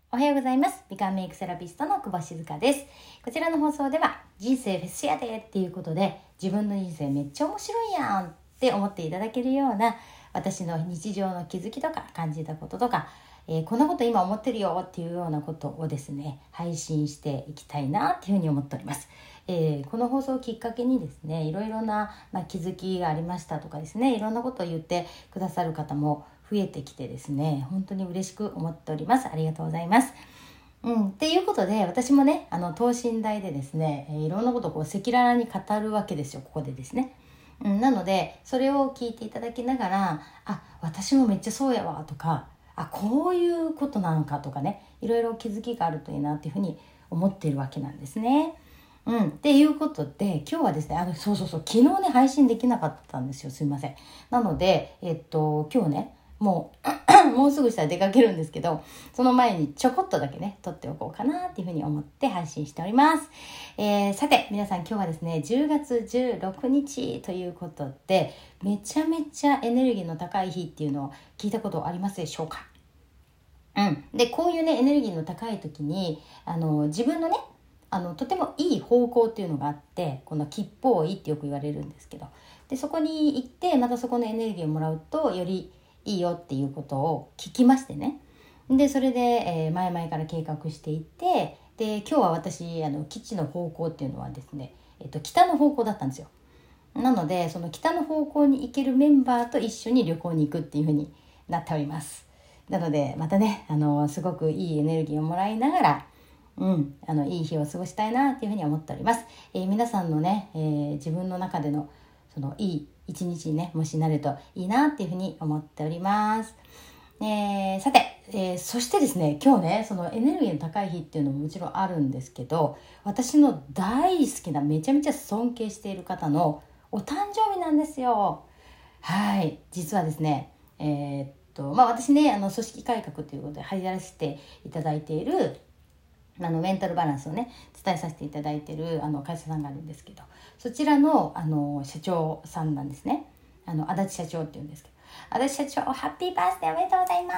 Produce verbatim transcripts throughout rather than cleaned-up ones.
おはようございます。美顔メイクセラピストの久保静香です。こちらの放送では人生フェスやでっていうことで、自分の人生めっちゃ面白いやんって思っていただけるような、私の日常の気づきとか感じたこととか、えー、こんなこと今思ってるよっていうようなことをですね、配信していきたいなっていうふうに思っております。えー、この放送をきっかけにですね、いろいろな、まあ、気づきがありましたとかですね、いろんなことを言ってくださる方も増えてきてですね、本当に嬉しく思っております。ありがとうございます。うん、っていうことで、私もね、あの等身大でですね、えー、いろんなことをこう赤裸々に語るわけですよ、ここでですね。うん、なので、それを聞いていただきながら、あ、私もめっちゃそうやわとか、あ、こういうことなのかとかね、いろいろ気づきがあるといいなっていうふうに思っているわけなんですね。うん、っていうことで、今日はですね、あの、そうそうそう、昨日ね、配信できなかったんですよ、すいません。なので、えっと、今日ね、もうもうすぐしたら出かけるんですけど、その前にちょこっとだけね撮っておこうかなっていうふうに思って配信しております。えー、さて皆さん、今日はですねじゅうがつじゅうろくにちということで、めちゃめちゃエネルギーの高い日っていうのを聞いたことありますでしょうか？うん、でこういうねエネルギーの高い時にあの自分のねあのとてもいい方向っていうのがあって、この吉報位ってよく言われるんですけど、でそこに行ってまたそこのエネルギーをもらうとよりいいよっていうことを聞きましてね。でそれで、えー、前々から計画していて、で今日は私あの基地の方向っていうのはですね、えっと、北の方向だったんですよ。なのでその北の方向に行けるメンバーと一緒に旅行に行くっていう風になっております。なのでまたねあのすごくいいエネルギーをもらいながら、うん、あのいい日を過ごしたいなっていうふうに思っております。えー、皆さんのね、えー、自分の中でのそのいい一日にねもしなるといいなっていうふうに思っております。えー、さて、えー、そしてですね、今日ねそのエネルギーの高い日っていうのももちろんあるんですけど、私の大好きなめちゃめちゃ尊敬している方のお誕生日なんですよ。はい、実はですね、えー、っとまあ私ねあの組織改革ということで入らせていただいているあのメンタルバランスをね伝えさせていただいているあの会社さんがあるんですけど、そちらのあの社長さんなんですね。あの足立社長っていうんですけど、足立社長ハッピーバースデーおめでとうござい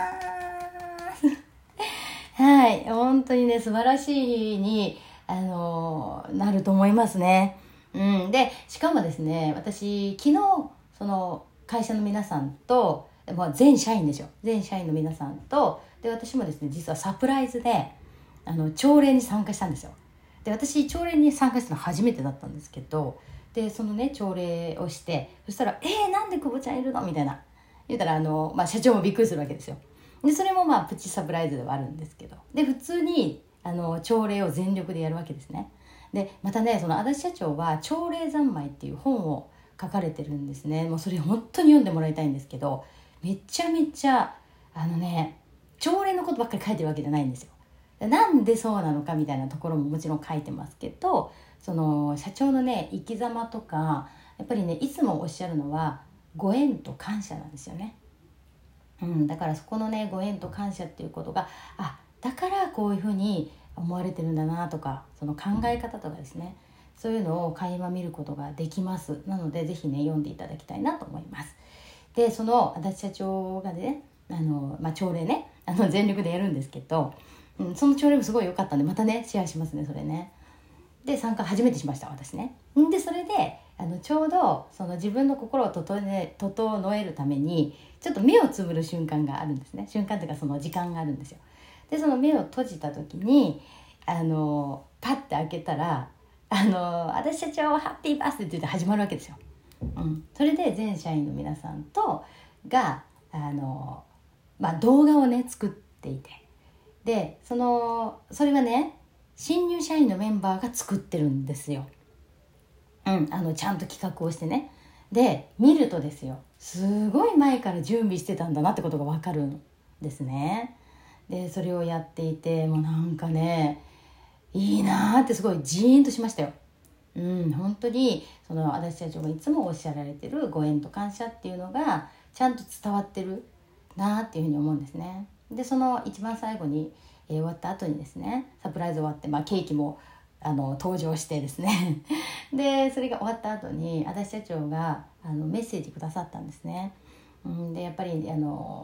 ますはい、本当にね素晴らしい日にあのなると思いますね。うん、でしかもですね、私昨日その会社の皆さんと、まあ、全社員でしょ全社員の皆さんとで、私もですね実はサプライズであの朝礼に参加したんですよ。で私朝礼に参加したの初めてだったんですけど、でそのね朝礼をして、そしたら「えー、なんで久保ちゃんいるの?」みたいな言ったらあの、まあ、社長もびっくりするわけですよ。でそれもまあプチサプライズではあるんですけど、で普通にあの朝礼を全力でやるわけですね。でまたねその足立社長は朝礼三昧っていう本を書かれてるんですね。もうそれ本当に読んでもらいたいんですけど、めちゃめちゃあのね朝礼のことばっかり書いてるわけじゃないんですよ。なんでそうなのかみたいなところももちろん書いてますけど、その社長のね生き様とかやっぱりねいつもおっしゃるのはご縁と感謝なんですよね。うん、だからそこのねご縁と感謝っていうことが、あ、だからこういうふうに思われてるんだなとか、その考え方とかですね、そういうのを垣間見ることができます。なのでぜひね読んでいただきたいなと思います。でその足立社長がねあの、まあ、朝礼ねあの全力でやるんですけど、うん、その朝礼もすごい良かったんでまたねシェアしますね、それね。で参加初めてしました私ね。でそれであのちょうどその自分の心を整え、整えるためにちょっと目をつぶる瞬間があるんですね。瞬間というかその時間があるんですよ。でその目を閉じた時にあのパッて開けたらあの足立社長ハッピーバースデーって言って始まるわけですよ。うん、それで全社員の皆さんとがあの、まあ、動画をね作っていて、でそのそれはね新入社員のメンバーが作ってるんですよ。うん、あのちゃんと企画をしてね。で見るとですよ、すごい前から準備してたんだなってことが分かるんですね。でそれをやっていて、もうなんかねいいなーってすごいジーンとしましたよ。うん、本当にその足立社長がいつもおっしゃられてるご縁と感謝っていうのがちゃんと伝わってるなっていうふうに思うんですね。でその一番最後に、えー、終わった後にですね、サプライズ終わって、まあ、ケーキもあの登場してですねでそれが終わった後に足立社長があのメッセージくださったんですね。うん、でやっぱりあの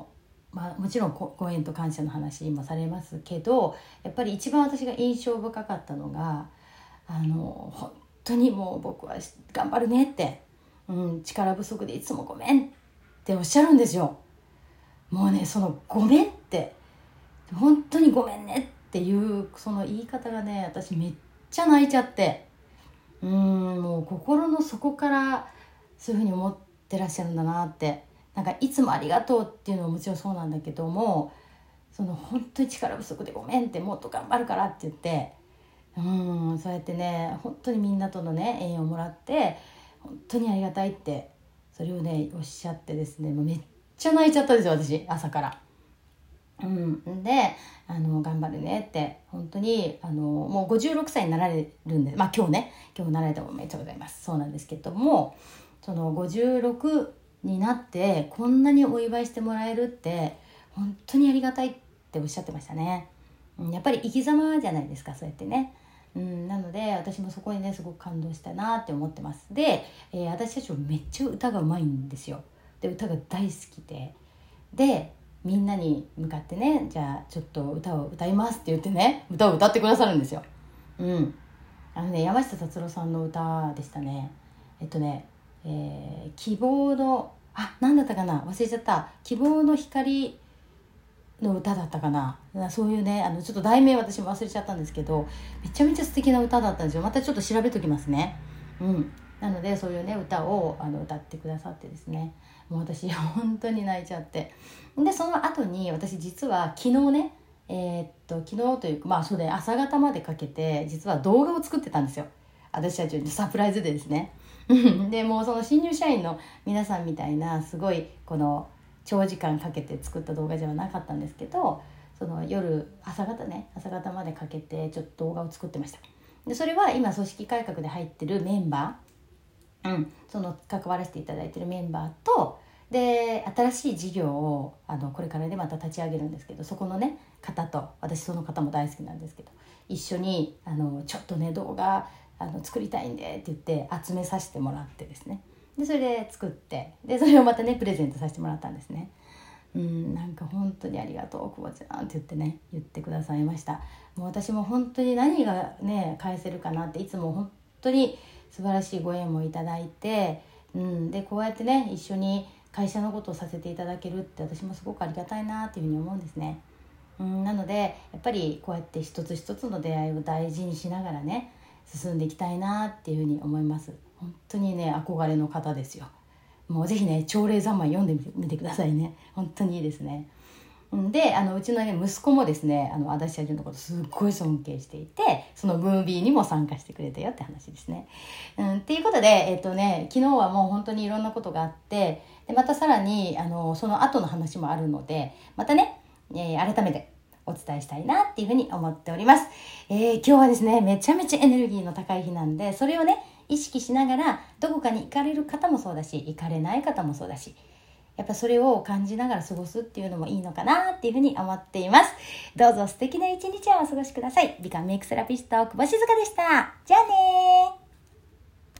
まあ、もちろんご縁と感謝の話もされますけど、やっぱり一番私が印象深かったのが、あの本当にもう僕は頑張るねって、うん、力不足でいつもごめんっておっしゃるんですよ。もうね、そのごめんって本当にごめんねっていうその言い方がね、私めっちゃ泣いちゃって、うーんもう心の底からそういうふうに思ってらっしゃるんだなって。なんかいつもありがとうっていうのはもちろんそうなんだけども、その本当に力不足でごめんって、もっと頑張るからって言って、うーんそうやってね、本当にみんなとのね縁をもらって本当にありがたいってそれをねおっしゃってですね、もうめっちゃ泣いちゃったんですよ私、朝から。うん、であの頑張るねって本当にあのもうごじゅうろくさいになられるんで、まあ今日ね今日なられてもおめでとうございます。そうなんですけども、そのごじゅうろくになってこんなにお祝いしてもらえるって本当にありがたいっておっしゃってましたね。うん、やっぱり生き様じゃないですか、そうやってね。うん、なので私もそこにねすごく感動したなって思ってます。で、えー、私たちもめっちゃ歌がうまいんですよ。で歌が大好きででみんなに向かってね、じゃあちょっと歌を歌いますって言ってね、歌を歌ってくださるんですよ。うんあのね、山下達郎さんの歌でしたね。えっとねえー、希望のあ何だったかな、忘れちゃった。希望の光の歌だったかな、そういうね、あのちょっと題名私も忘れちゃったんですけど、めちゃめちゃ素敵な歌だったんですよ。またちょっと調べときますね。うんなのでそういうね歌をあの歌ってくださってですね、もう私本当に泣いちゃって、でその後に私実は昨日ねえー、っと昨日というかまあそうで朝方までかけて実は動画を作ってたんですよ、私たちにサプライズでですね。でもうその新入社員の皆さんみたいなすごいこの長時間かけて作った動画ではなかったんですけど、その夜朝方ね朝方までかけてちょっと動画を作ってました。でそれは今組織改革で入ってるメンバー、うん、その関わらせていただいてるメンバーとで新しい事業をあのこれからでまた立ち上げるんですけど、そこのね方と私その方も大好きなんですけど一緒にあのちょっとね動画あの作りたいんでって言って集めさせてもらってですね、でそれで作ってでそれをまたねプレゼントさせてもらったんですね。うんなんか本当にありがとう久保ちゃんって言ってね言ってくださいました。もう私も本当に何がね返せるかなって、いつも本当に素晴らしいご縁もいただいて、うん、でこうやってね一緒に会社のことをさせていただけるって私もすごくありがたいなっていうふうに思うんですね。うん、なのでやっぱりこうやって一つ一つの出会いを大事にしながらね進んでいきたいなっていうふうに思います。本当にね憧れの方ですよ。もうぜひね朝礼三昧読んでみてくださいね。本当にいいですね。であのうちの、ね、息子もですねあの足立社長のことすっごい尊敬していて、そのムービーにも参加してくれたよって話ですね。うん、っていうことで、えっとね、昨日はもう本当にいろんなことがあって、でまたさらにあのその後の話もあるのでまたね、えー、改めてお伝えしたいなっていうふうに思っております。えー、今日はですねめちゃめちゃエネルギーの高い日なんで、それをね意識しながらどこかに行かれる方もそうだし行かれない方もそうだし、やっぱそれを感じながら過ごすっていうのもいいのかなっていうふうに思っています。どうぞ素敵な一日をお過ごしください。美顔メイクセラピスト久保静香でした。じゃあねー。